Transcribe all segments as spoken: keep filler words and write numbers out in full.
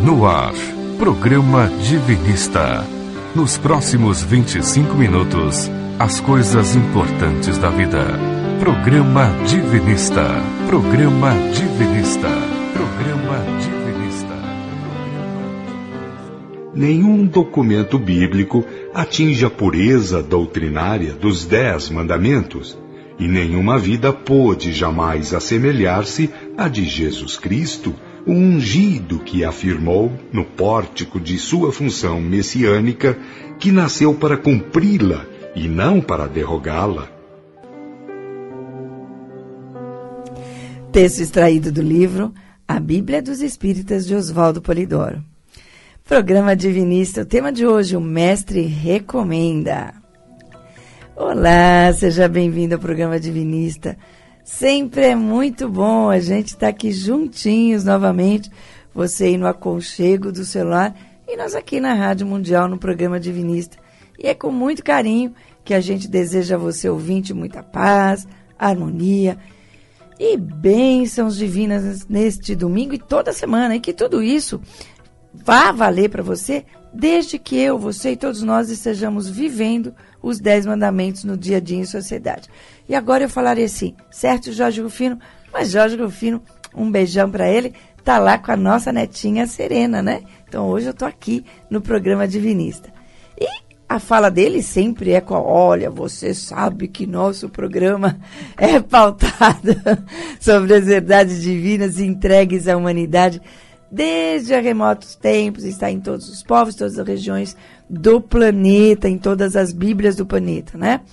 No ar, programa Divinista. Nos próximos vinte e cinco minutos, as coisas importantes da vida. Programa Divinista. Programa Divinista. Programa Divinista. Nenhum documento bíblico atinge a pureza doutrinária dos Dez Mandamentos, e nenhuma vida pôde jamais assemelhar-se à de Jesus Cristo, o ungido que afirmou, no pórtico de sua função messiânica, que nasceu para cumpri-la e não para derrogá-la. Texto extraído do livro A Bíblia dos Espíritas, de Oswaldo Polidoro. Programa Divinista, o tema de hoje, o Mestre Recomenda. Olá, seja bem-vindo ao programa Divinista. Sempre é muito bom a gente estar aqui juntinhos novamente, você aí no aconchego do celular e nós aqui na Rádio Mundial no programa Divinista. E é com muito carinho que a gente deseja a você, ouvinte, muita paz, harmonia e bênçãos divinas neste domingo e toda semana. E que tudo isso vá valer para você desde que eu, você e todos nós estejamos vivendo os Dez Mandamentos no dia a dia em sociedade. E agora eu falarei assim, certo, Jorge Rufino? Mas Jorge Rufino, um beijão para ele, tá lá com a nossa netinha Serena, né? Então hoje eu tô aqui no programa Divinista. E a fala dele sempre é com, olha, você sabe que nosso programa é pautado sobre as verdades divinas entregues à humanidade desde remotos tempos, está em todos os povos, todas as regiões do planeta, em todas as bíblias do planeta, né?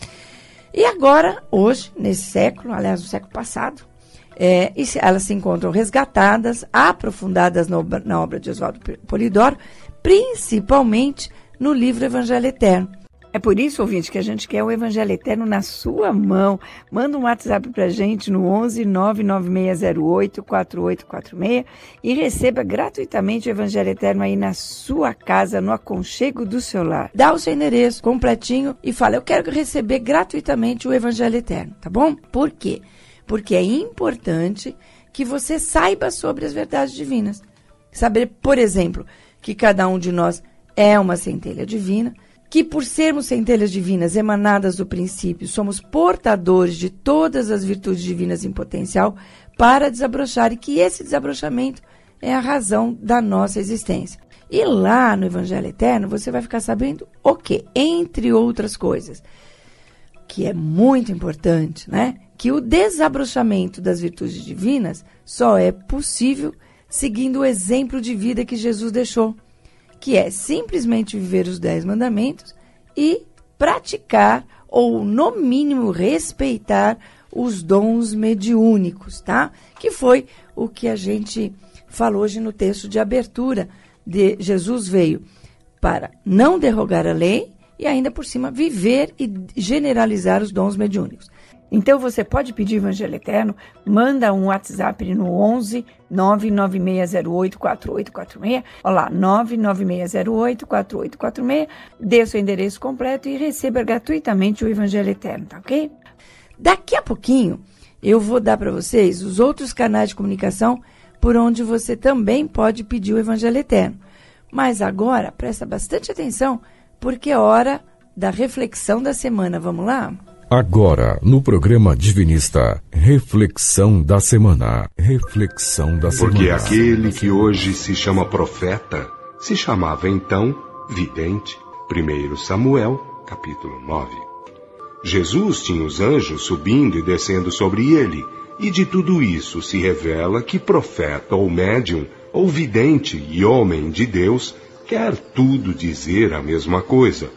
E agora, hoje, nesse século, aliás, no século passado, é, elas se encontram resgatadas, aprofundadas na obra, na obra de Oswaldo Polidoro, principalmente no livro Evangelho Eterno. É por isso, ouvinte, que a gente quer o Evangelho Eterno na sua mão. Manda um WhatsApp pra gente no onze nove nove seis zero oito quatro oito quatro seis e receba gratuitamente o Evangelho Eterno aí na sua casa, no aconchego do seu lar. Dá o seu endereço completinho e fala, eu quero receber gratuitamente o Evangelho Eterno, tá bom? Por quê? Porque é importante que você saiba sobre as verdades divinas. Saber, por exemplo, que cada um de nós é uma centelha divina, que por sermos centelhas divinas emanadas do princípio, somos portadores de todas as virtudes divinas em potencial para desabrochar e que esse desabrochamento é a razão da nossa existência. E lá no Evangelho Eterno você vai ficar sabendo o quê? Entre outras coisas, que é muito importante, né? Que o desabrochamento das virtudes divinas só é possível seguindo o exemplo de vida que Jesus deixou, que é simplesmente viver os Dez Mandamentos e praticar, ou no mínimo respeitar, os dons mediúnicos, tá? Que foi o que a gente falou hoje no texto de abertura. De Jesus veio para não derrogar a lei e ainda por cima viver e generalizar os dons mediúnicos. Então você pode pedir Evangelho Eterno, manda um WhatsApp no onze nove nove seis zero oito quatro oito quatro seis, olha lá, nove nove seis zero oito quatro oito quatro seis, dê seu endereço completo e receba gratuitamente o Evangelho Eterno, tá ok? Daqui a pouquinho eu vou dar para vocês os outros canais de comunicação por onde você também pode pedir o Evangelho Eterno. Mas agora, presta bastante atenção, porque é hora da reflexão da semana, vamos lá? Agora, no programa Divinista, reflexão da semana. Reflexão da semana. Porque aquele que hoje se chama profeta, se chamava então vidente. primeiro Samuel, capítulo nove. Jesus tinha os anjos subindo e descendo sobre ele, e de tudo isso se revela que profeta ou médium, ou vidente e homem de Deus, quer tudo dizer a mesma coisa.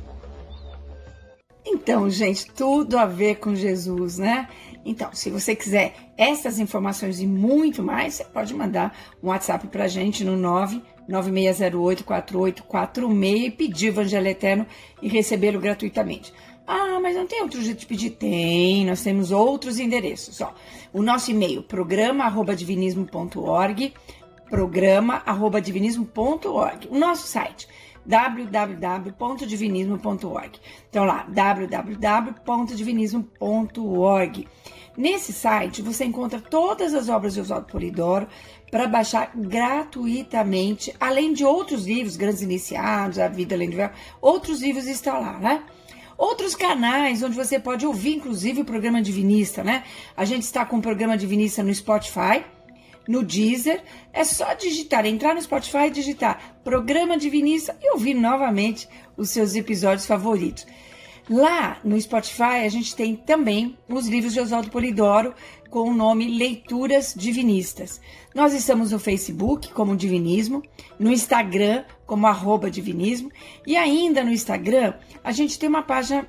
Então, gente, tudo a ver com Jesus, né? Então, se você quiser essas informações e muito mais, você pode mandar um WhatsApp pra gente no nove nove seis zero oito quatro oito quatro seis e pedir o Evangelho Eterno e recebê-lo gratuitamente. Ah, mas não tem outro jeito de pedir? Tem, nós temos outros endereços. Ó, o nosso e-mail, programa arroba divinismo ponto org, programa arroba divinismo ponto org. O nosso site, w w w ponto divinismo ponto org. Então lá, w w w ponto divinismo ponto org. Nesse site você encontra todas as obras de Oswaldo Polidoro para baixar gratuitamente, além de outros livros, Grandes Iniciados, A Vida Além do Véu, outros livros estão lá, né? Outros canais onde você pode ouvir, inclusive, o programa Divinista, né? A gente está com o programa Divinista no Spotify, no Deezer. É só digitar, entrar no Spotify, digitar Programa Divinista e ouvir novamente os seus episódios favoritos. Lá no Spotify a gente tem também os livros de Oswaldo Polidoro com o nome Leituras Divinistas. Nós estamos no Facebook como Divinismo, no Instagram como arroba Divinismo e ainda no Instagram a gente tem uma página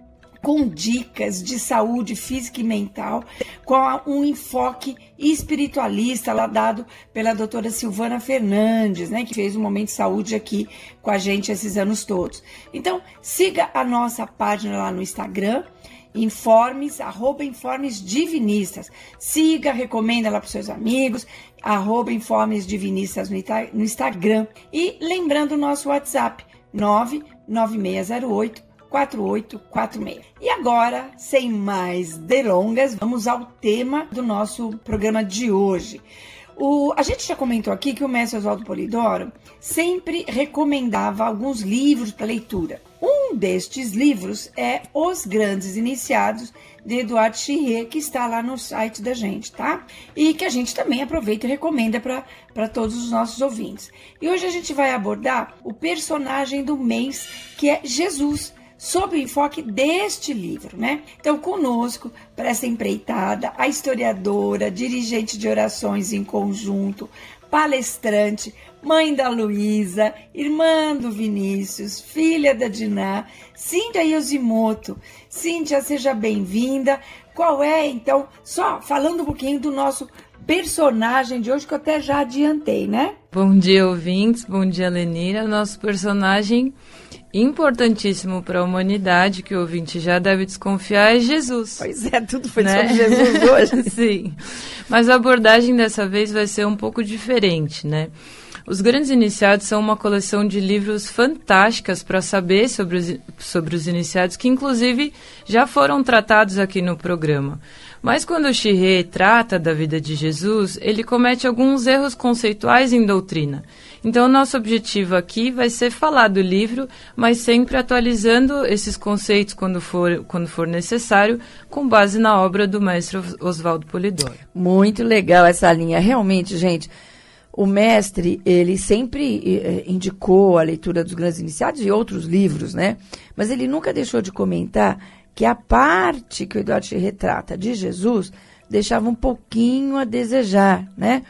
com dicas de saúde física e mental, com um enfoque espiritualista lá dado pela doutora Silvana Fernandes, né, que fez o Momento de Saúde aqui com a gente esses anos todos. Então, siga a nossa página lá no Instagram, informes, arroba informes divinistas. Siga, recomenda lá para os seus amigos, arroba informes divinistas no, no Instagram. E lembrando o nosso WhatsApp, nove nove seis zero oito quatro oito quatro seis. E agora, sem mais delongas, vamos ao tema do nosso programa de hoje. O, a gente já comentou aqui que o mestre Oswaldo Polidoro sempre recomendava alguns livros para leitura. Um destes livros é Os Grandes Iniciados, de Eduardo Chirret, que está lá no site da gente, tá? E que a gente também aproveita e recomenda para todos os nossos ouvintes. E hoje a gente vai abordar o personagem do mês, que é Jesus, sob o enfoque deste livro, né? Então, conosco, para essa empreitada, a historiadora, dirigente de orações em conjunto, palestrante, mãe da Luísa, irmã do Vinícius, filha da Diná, Cíntia Yosimoto. Cíntia, seja bem-vinda. Qual é, então, só falando um pouquinho do nosso personagem de hoje, que eu até já adiantei, né? Bom dia, ouvintes. Bom dia, Lenira. Nosso personagem importantíssimo para a humanidade, que o ouvinte já deve desconfiar, é Jesus. Pois é, tudo foi né? sobre Jesus hoje. Sim, mas a abordagem dessa vez vai ser um pouco diferente, né? Os Grandes Iniciados são uma coleção de livros fantásticas para saber sobre os, sobre os iniciados, que inclusive já foram tratados aqui no programa. Mas quando o Chirret trata da vida de Jesus, ele comete alguns erros conceituais em doutrina. Então, o nosso objetivo aqui vai ser falar do livro, mas sempre atualizando esses conceitos quando for, quando for necessário, com base na obra do mestre Oswaldo Polidoro. Muito legal essa linha. Realmente, gente, o mestre, ele sempre eh, indicou a leitura dos Grandes Iniciados e outros livros, né? Mas ele nunca deixou de comentar que a parte que o Eduardo Chirret trata de Jesus deixava um pouquinho a desejar, né?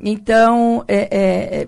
Então, é, é,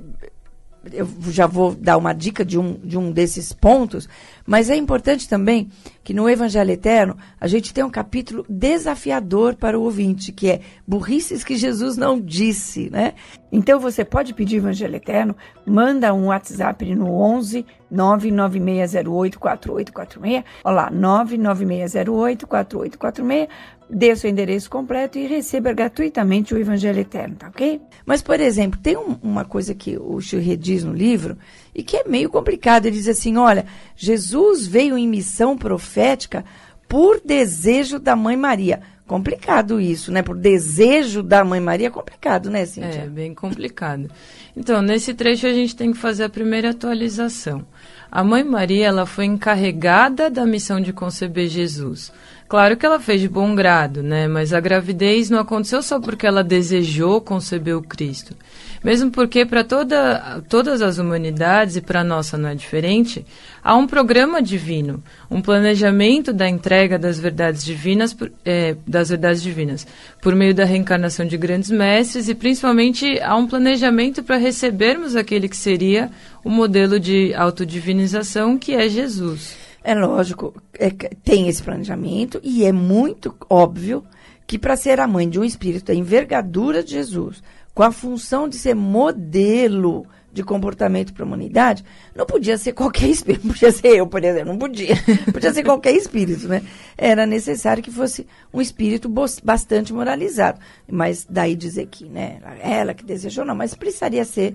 eu já vou dar uma dica de um, de um desses pontos, mas é importante também que no Evangelho Eterno a gente tem um capítulo desafiador para o ouvinte, que é burrices que Jesus não disse, né? Então você pode pedir Evangelho Eterno, manda um WhatsApp no onze nove nove seis zero oito quatro oito quatro seis, olha lá, nove nove seis zero oito quatro oito quatro seis, dê seu endereço completo e receba gratuitamente o Evangelho Eterno, tá ok? Mas, por exemplo, tem um, uma coisa que o Chirret diz no livro e que é meio complicado. Ele diz assim, olha, Jesus veio em missão profética por desejo da Mãe Maria. Complicado isso, né? Por desejo da Mãe Maria, é complicado, né, Cíntia? É, bem complicado. Então, nesse trecho a gente tem que fazer a primeira atualização. A Mãe Maria, ela foi encarregada da missão de conceber Jesus. Claro que ela fez de bom grado, né? Mas a gravidez não aconteceu só porque ela desejou conceber o Cristo. Mesmo porque para toda, todas as humanidades, e para a nossa não é diferente, há um programa divino, um planejamento da entrega das verdades divinas, é, das verdades divinas, por meio da reencarnação de grandes mestres, e principalmente há um planejamento para recebermos aquele que seria o modelo de autodivinização, que é Jesus. É lógico, é, tem esse planejamento e é muito óbvio que para ser a mãe de um espírito da envergadura de Jesus, com a função de ser modelo de comportamento para a humanidade, não podia ser qualquer espírito, não podia ser eu, por exemplo, não podia, podia ser qualquer espírito, né? Era necessário que fosse um espírito bastante moralizado, mas daí dizer que, né, ela que desejou, não, mas precisaria ser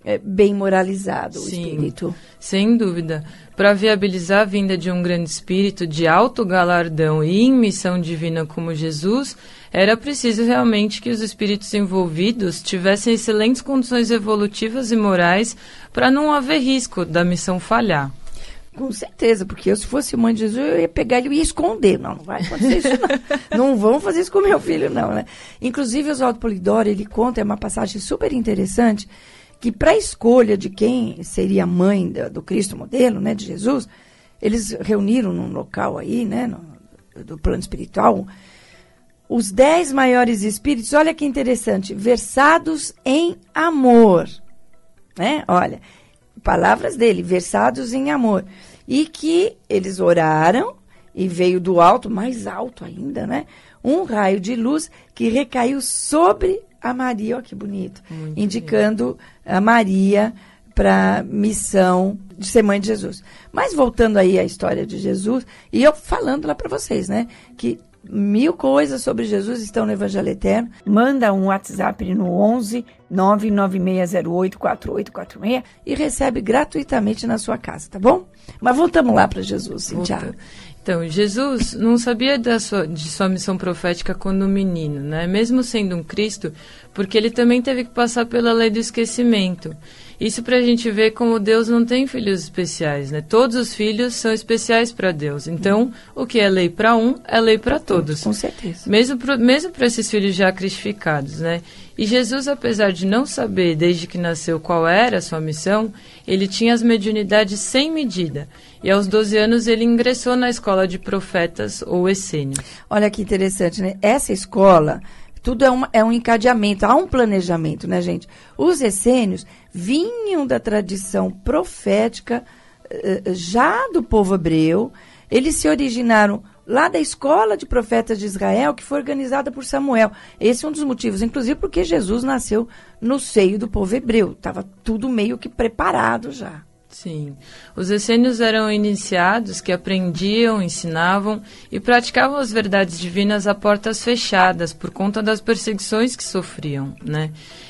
é, bem moralizado, o Sim, espírito. Sem dúvida. Para viabilizar a vinda de um grande espírito de alto galardão e em missão divina como Jesus, era preciso realmente que os espíritos envolvidos tivessem excelentes condições evolutivas e morais para não haver risco da missão falhar. Com certeza, porque eu, se fosse mãe de Jesus, eu ia pegar ele e ia esconder. Não, não vai acontecer isso, não. Não vão fazer isso com meu filho, não, né? Inclusive, Oswaldo Polidoro, ele conta, é uma passagem super interessante, que para a escolha de quem seria a mãe do, do Cristo modelo, né, de Jesus, eles reuniram num local aí, né, no, do plano espiritual, os dez maiores espíritos, olha que interessante, versados em amor, né? Olha, palavras dele, versados em amor. E que eles oraram e veio do alto, mais alto ainda, né? Um raio de luz que recaiu sobre a Maria, olha que bonito, muito indicando lindo. A Maria para a missão de ser mãe de Jesus. Mas voltando aí à história de Jesus, e eu falando lá para vocês, né? Que mil coisas sobre Jesus estão no Evangelho Eterno. Manda um WhatsApp no onze, nove nove seis zero oito, quatro oito quatro seis e recebe gratuitamente na sua casa, tá bom? Mas voltamos lá para Jesus, Cíntia. Volta. Então, Jesus não sabia da sua, de sua missão profética quando menino, né? Mesmo sendo um Cristo, porque ele também teve que passar pela lei do esquecimento. Isso para a gente ver como Deus não tem filhos especiais, né? Todos os filhos são especiais para Deus. Então, hum. o que é lei para um, é lei para todos. Com certeza. Mesmo para mesmo para esses filhos já cristificados, né? E Jesus, apesar de não saber desde que nasceu qual era a sua missão, ele tinha as mediunidades sem medida. E aos doze anos ele ingressou na escola de profetas ou essênios. Olha que interessante, né? Essa escola, tudo é, uma, é um encadeamento, há um planejamento, né, gente? Os essênios vinham da tradição profética uh, já do povo hebreu. Eles se originaram lá da escola de profetas de Israel, que foi organizada por Samuel. Esse é um dos motivos, inclusive porque Jesus nasceu no seio do povo hebreu. Estava tudo meio que preparado já. Sim. Os essênios eram iniciados que aprendiam, ensinavam e praticavam as verdades divinas a portas fechadas por conta das perseguições que sofriam, né?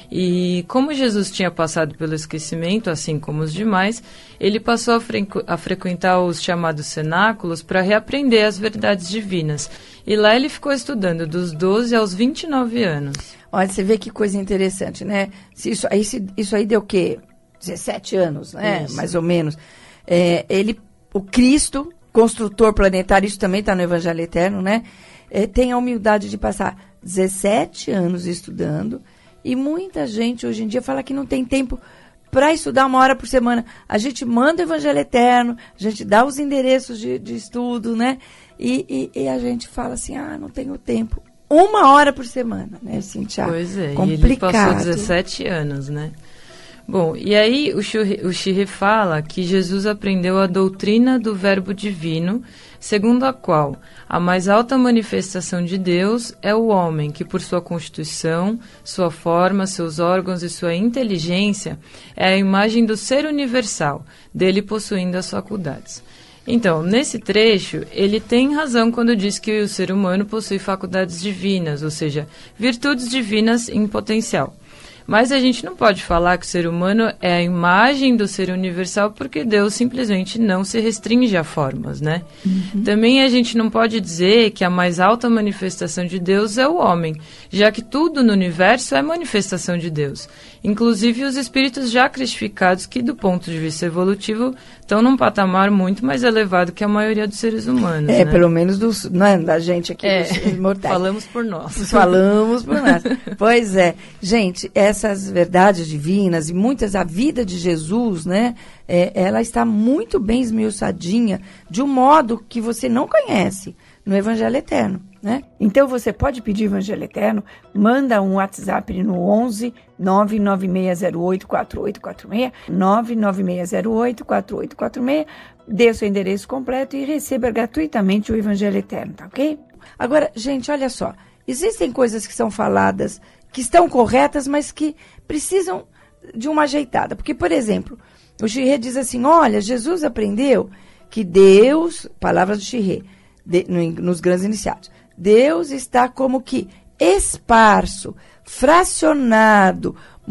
E como Jesus tinha passado pelo esquecimento, assim como os demais, ele passou a, frequ- a frequentar os chamados cenáculos para reaprender as verdades divinas. E lá ele ficou estudando dos doze aos vinte e nove anos. Olha, você vê que coisa interessante, né? Isso aí, isso aí deu o quê? dezessete anos, né? Isso. Mais ou menos. É, ele, o Cristo, construtor planetário, isso também está no Evangelho Eterno, né? É, tem a humildade de passar dezessete anos estudando, e muita gente hoje em dia fala que não tem tempo para estudar uma hora por semana. A gente manda o Evangelho Eterno, a gente dá os endereços de, de estudo, né? E, e, e a gente fala assim, ah, não tenho tempo. Uma hora por semana, né, Cíntia? Pois é, complicado. E ele passou dezessete anos, né? Bom, e aí o Schirrer fala que Jesus aprendeu a doutrina do verbo divino, segundo a qual a mais alta manifestação de Deus é o homem, que por sua constituição, sua forma, seus órgãos e sua inteligência é a imagem do ser universal, dele possuindo as faculdades. Então, nesse trecho, ele tem razão quando diz que o ser humano possui faculdades divinas, ou seja, virtudes divinas em potencial. Mas a gente não pode falar que o ser humano é a imagem do ser universal porque Deus simplesmente não se restringe a formas, né? Uhum. Também a gente não pode dizer que a mais alta manifestação de Deus é o homem, já que tudo no universo é manifestação de Deus. Inclusive os espíritos já cristificados que, do ponto de vista evolutivo, estão num patamar muito mais elevado que a maioria dos seres humanos. É, né? Pelo menos dos, não é, da gente aqui, é, dos mortais. Falamos por nós. Falamos por nós. Pois é. Gente, essas verdades divinas e muitas, a vida de Jesus, né? É, ela está muito bem esmiuçadinha de um modo que você não conhece no Evangelho Eterno, né? Então você pode pedir Evangelho Eterno, manda um WhatsApp no onze, nove nove seis zero oito, quatro oito quatro seis, nove nove seis zero oito, quatro oito quatro seis, dê o seu endereço completo e receba gratuitamente o Evangelho Eterno, tá ok? Agora, gente, olha só, existem coisas que são faladas que estão corretas, mas que precisam de uma ajeitada. Porque, por exemplo, o Schirrer diz assim, olha, Jesus aprendeu que Deus, palavras do Schirrer, de, no, nos grandes iniciados, Deus está como que esparso, fracionado,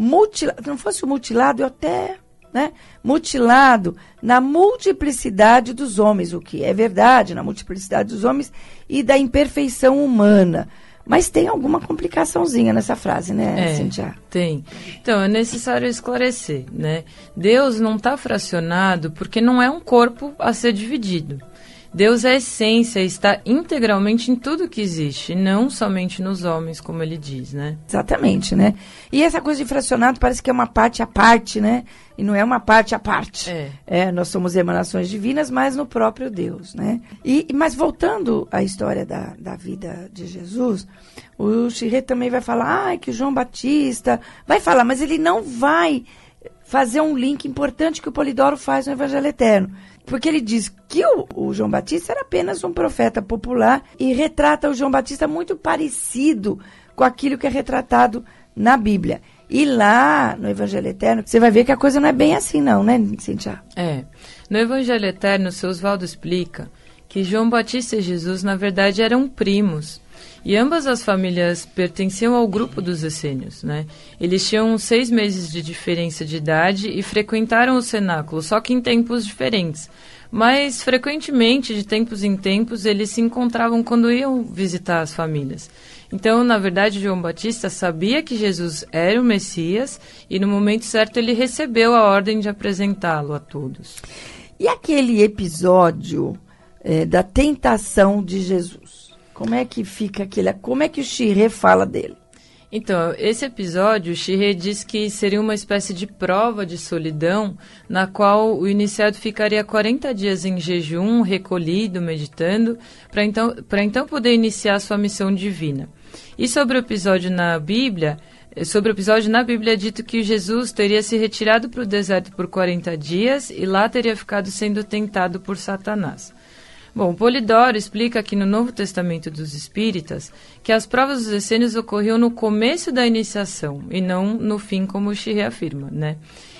mutilado, não fosse o mutilado, eu até, né, mutilado na multiplicidade dos homens, o que é verdade, na multiplicidade dos homens e da imperfeição humana. Mas tem alguma complicaçãozinha nessa frase, né, é, Cíntia? Tem. Então, é necessário esclarecer, né? Deus não está fracionado porque não é um corpo a ser dividido. Deus é essência e está integralmente em tudo que existe, não somente nos homens, como ele diz, né? Exatamente, né? E essa coisa de fracionado parece que é uma parte à parte, né? E não é uma parte à parte. É. É, nós somos emanações divinas, mas no próprio Deus, né? E, mas voltando à história da, da vida de Jesus, o Chirê também vai falar, ah, que o João Batista... Vai falar, mas ele não vai fazer um link importante que o Polidoro faz no Evangelho Eterno. Porque ele diz que o, o João Batista era apenas um profeta popular e retrata o João Batista muito parecido com aquilo que é retratado na Bíblia. E lá, no Evangelho Eterno, você vai ver que a coisa não é bem assim não, né, Cíntia? É. No Evangelho Eterno, o seu Oswaldo explica que João Batista e Jesus, na verdade, eram primos. E ambas as famílias pertenciam ao grupo dos essênios, né? Eles tinham seis meses de diferença de idade e frequentaram o cenáculo, só que em tempos diferentes. Mas, frequentemente, de tempos em tempos, eles se encontravam quando iam visitar as famílias. Então, na verdade, João Batista sabia que Jesus era o Messias e, no momento certo, ele recebeu a ordem de apresentá-lo a todos. E aquele episódio é, da tentação de Jesus? Como é que fica aquele... Como é que o Chirê fala dele? Então, esse episódio, o Chirê diz que seria uma espécie de prova de solidão, na qual o iniciado ficaria quarenta dias em jejum, recolhido, meditando, para então, para então poder iniciar sua missão divina. E sobre o episódio na Bíblia, sobre o episódio na Bíblia é dito que Jesus teria se retirado para o deserto por quarenta dias e lá teria ficado sendo tentado por Satanás. Bom, Polidoro explica aqui no Novo Testamento dos Espíritas que as provas dos essênios ocorriam no começo da iniciação e não no fim, como o Chirê afirma, né?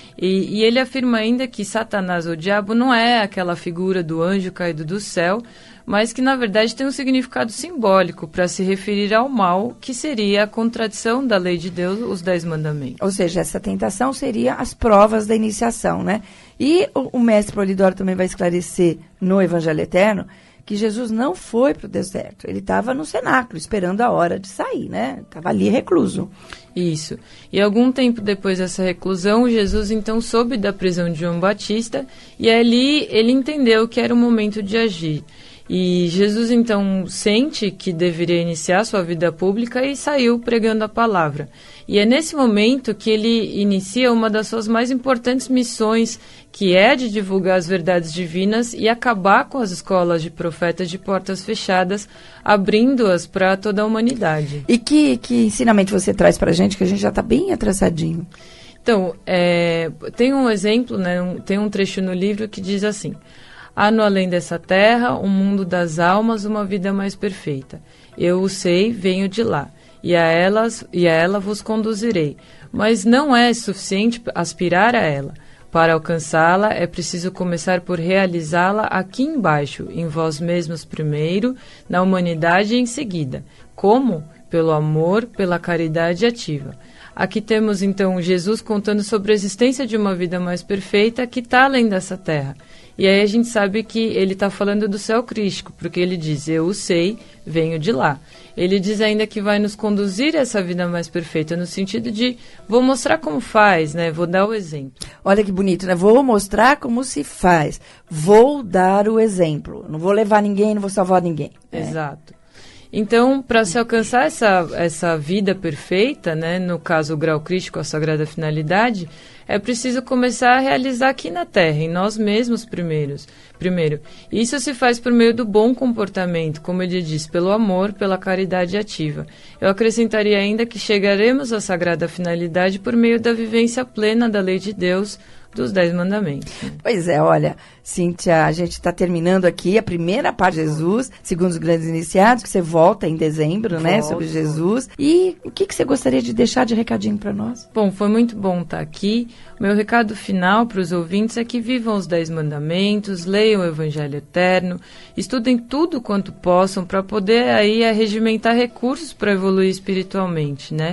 E, e ele afirma ainda que Satanás, o diabo, não é aquela figura do anjo caído do céu, mas que, na verdade, tem um significado simbólico para se referir ao mal, que seria a contradição da lei de Deus, os Dez Mandamentos. Ou seja, essa tentação seria as provas da iniciação, né? E o, o mestre Polidoro também vai esclarecer no Evangelho Eterno que Jesus não foi para o deserto. Ele estava no cenáculo, esperando a hora de sair, né? Estava ali recluso. Isso. E algum tempo depois dessa reclusão, Jesus então soube da prisão de João Batista e ali ele entendeu que era o momento de agir. E Jesus então sente que deveria iniciar sua vida pública e saiu pregando a palavra. E é nesse momento que ele inicia uma das suas mais importantes missões, que é de divulgar as verdades divinas e acabar com as escolas de profetas de portas fechadas, abrindo-as para toda a humanidade. E que, que ensinamento você traz para a gente, que a gente já está bem atrasadinho? Então, é, tem um exemplo, né, um, tem um trecho no livro que diz assim: há no além dessa terra, um mundo das almas, uma vida mais perfeita. Eu o sei, venho de lá, e a, elas, e a ela vos conduzirei. Mas não é suficiente aspirar a ela. Para alcançá-la, é preciso começar por realizá-la aqui embaixo, em vós mesmos primeiro, na humanidade em seguida. Como? Pelo amor, pela caridade ativa. Aqui temos, então, Jesus contando sobre a existência de uma vida mais perfeita que está além dessa terra. E aí a gente sabe que ele está falando do céu crístico, porque ele diz, eu o sei, venho de lá. Ele diz ainda que vai nos conduzir a essa vida mais perfeita, no sentido de, vou mostrar como faz, né? Vou dar o exemplo. Olha que bonito, né? Vou mostrar como se faz. Vou dar o exemplo. Não vou levar ninguém, não vou salvar ninguém. Exato. Então, para se alcançar essa, essa vida perfeita, né, no caso o grau crítico, a sagrada finalidade, é preciso começar a realizar aqui na Terra, em nós mesmos primeiros, primeiro. Isso se faz por meio do bom comportamento, como ele diz, pelo amor, pela caridade ativa. Eu acrescentaria ainda que chegaremos à sagrada finalidade por meio da vivência plena da lei de Deus, dos Dez Mandamentos. Pois é, olha, Cíntia, a gente está terminando aqui a primeira parte de Jesus, segundo os grandes iniciados, que você volta em dezembro, Volto. né, sobre Jesus. E o que, que você gostaria de deixar de recadinho para nós? Bom, foi muito bom estar aqui. O meu recado final para os ouvintes é que vivam os Dez Mandamentos, leiam o Evangelho Eterno, estudem tudo quanto possam para poder aí regimentar recursos para evoluir espiritualmente, né?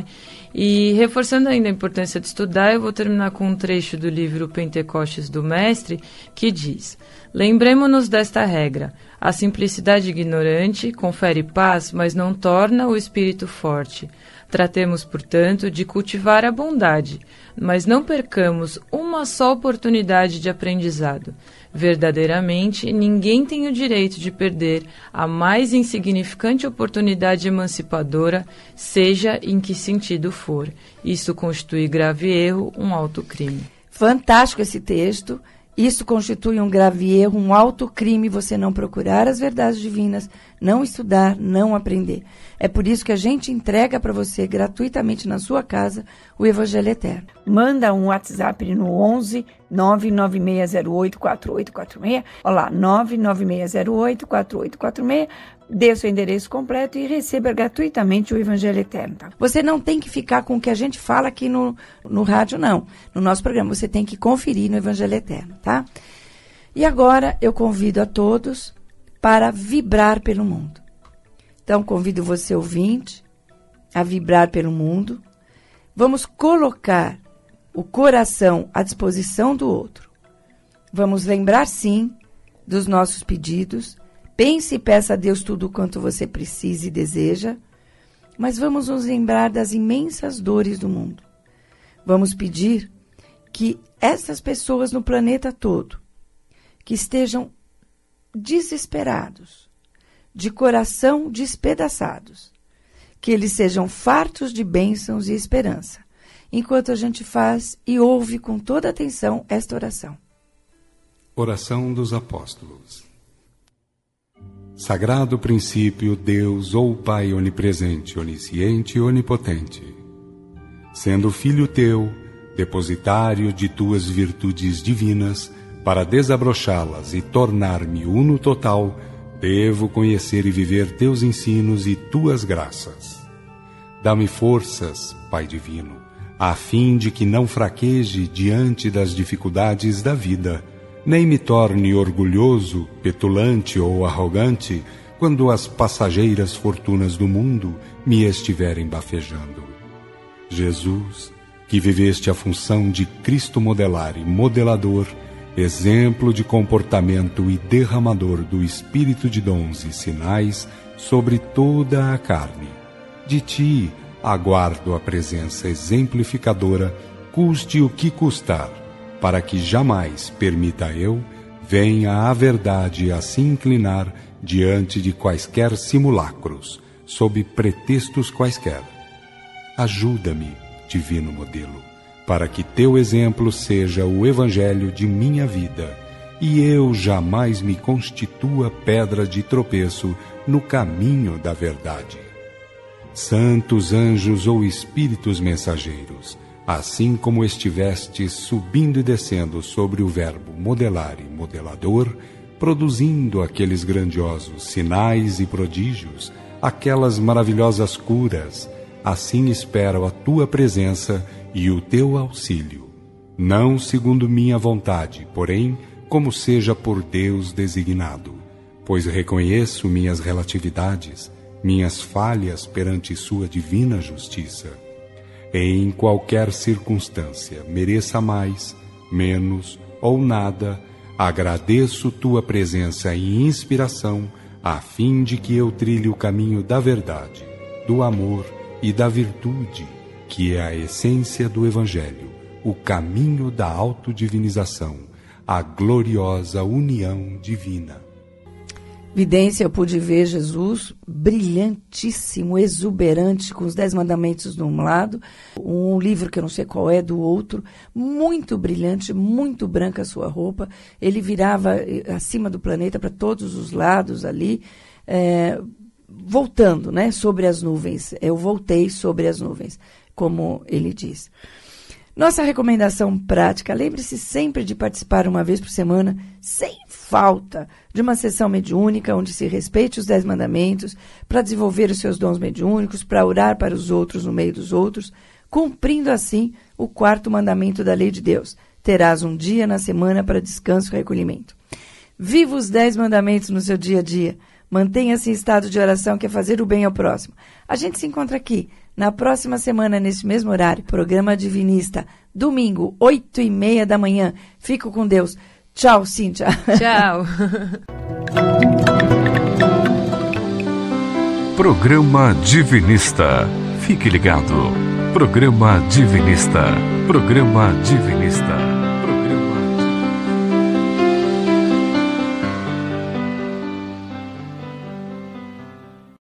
E reforçando ainda a importância de estudar, eu vou terminar com um trecho do livro Pentecostes do Mestre, que diz: lembremo-nos desta regra. A simplicidade ignorante confere paz, mas não torna o espírito forte. Tratemos, portanto, de cultivar a bondade, mas não percamos uma só oportunidade de aprendizado. Verdadeiramente, ninguém tem o direito de perder a mais insignificante oportunidade emancipadora, seja em que sentido for. Isso constitui grave erro, um alto crime. Fantástico esse texto. Isso constitui um grave erro, um alto crime, você não procurar as verdades divinas, não estudar, não aprender. É por isso que a gente entrega para você gratuitamente na sua casa o Evangelho Eterno. Manda um WhatsApp no onze nove nove seis zero oito quatro oito quatro seis. Olha lá, nove nove seis zero oito quatro oito quatro seis. Dê seu endereço completo e receba gratuitamente o Evangelho Eterno. Tá? Você não tem que ficar com o que a gente fala aqui no, no rádio, não. No nosso programa, você tem que conferir no Evangelho Eterno, tá? E agora eu convido a todos para vibrar pelo mundo. Então, convido você, ouvinte, a vibrar pelo mundo. Vamos colocar o coração à disposição do outro. Vamos lembrar, sim, dos nossos pedidos. Pense e peça a Deus tudo quanto você precisa e deseja, mas vamos nos lembrar das imensas dores do mundo. Vamos pedir que essas pessoas no planeta todo, que estejam desesperados, de coração despedaçados, que eles sejam fartos de bênçãos e esperança, enquanto a gente faz e ouve com toda atenção esta oração. Oração dos Apóstolos. Sagrado princípio, Deus ou Pai onipresente, onisciente e onipotente, sendo filho teu, depositário de tuas virtudes divinas, para desabrochá-las e tornar-me uno total, devo conhecer e viver teus ensinos e tuas graças. Dá-me forças, Pai divino, a fim de que não fraqueje diante das dificuldades da vida, nem me torne orgulhoso, petulante ou arrogante quando as passageiras fortunas do mundo me estiverem bafejando. Jesus, que viveste a função de Cristo modelar e modelador, exemplo de comportamento e derramador do espírito de dons e sinais sobre toda a carne, de ti aguardo a presença exemplificadora, custe o que custar, para que jamais permita eu venha a verdade a se inclinar diante de quaisquer simulacros, sob pretextos quaisquer. Ajuda-me, divino modelo, para que teu exemplo seja o evangelho de minha vida, e eu jamais me constitua pedra de tropeço no caminho da verdade. Santos anjos ou espíritos mensageiros, assim como estivestes subindo e descendo sobre o verbo modelar e modelador, produzindo aqueles grandiosos sinais e prodígios, aquelas maravilhosas curas, assim espero a tua presença e o teu auxílio, não segundo minha vontade, porém, como seja por Deus designado, pois reconheço minhas relatividades, minhas falhas perante sua divina justiça. Em qualquer circunstância, mereça mais, menos ou nada, agradeço tua presença e inspiração, a fim de que eu trilhe o caminho da verdade, do amor e da virtude, que é a essência do Evangelho, o caminho da autodivinização, a gloriosa união divina. Vidência, eu pude ver Jesus brilhantíssimo, exuberante, com os Dez Mandamentos de um lado, um livro que eu não sei qual é do outro, muito brilhante, muito branca a sua roupa. Ele virava acima do planeta para todos os lados ali, é, voltando, né, sobre as nuvens. Eu voltei sobre as nuvens, como ele diz. Nossa recomendação prática, lembre-se sempre de participar uma vez por semana, sem falta, de uma sessão mediúnica onde se respeite os Dez Mandamentos, para desenvolver os seus dons mediúnicos, para orar para os outros no meio dos outros, cumprindo assim o quarto mandamento da lei de Deus. Terás um dia na semana para descanso e recolhimento. Viva os Dez Mandamentos no seu dia a dia. Mantenha-se em estado de oração, que é fazer o bem ao próximo. A gente se encontra aqui na próxima semana, nesse mesmo horário. Programa Divinista, domingo, oito e meia da manhã. Fico com Deus. Tchau, Cíntia. Tchau. Programa Divinista. Fique ligado. Programa Divinista. Programa Divinista.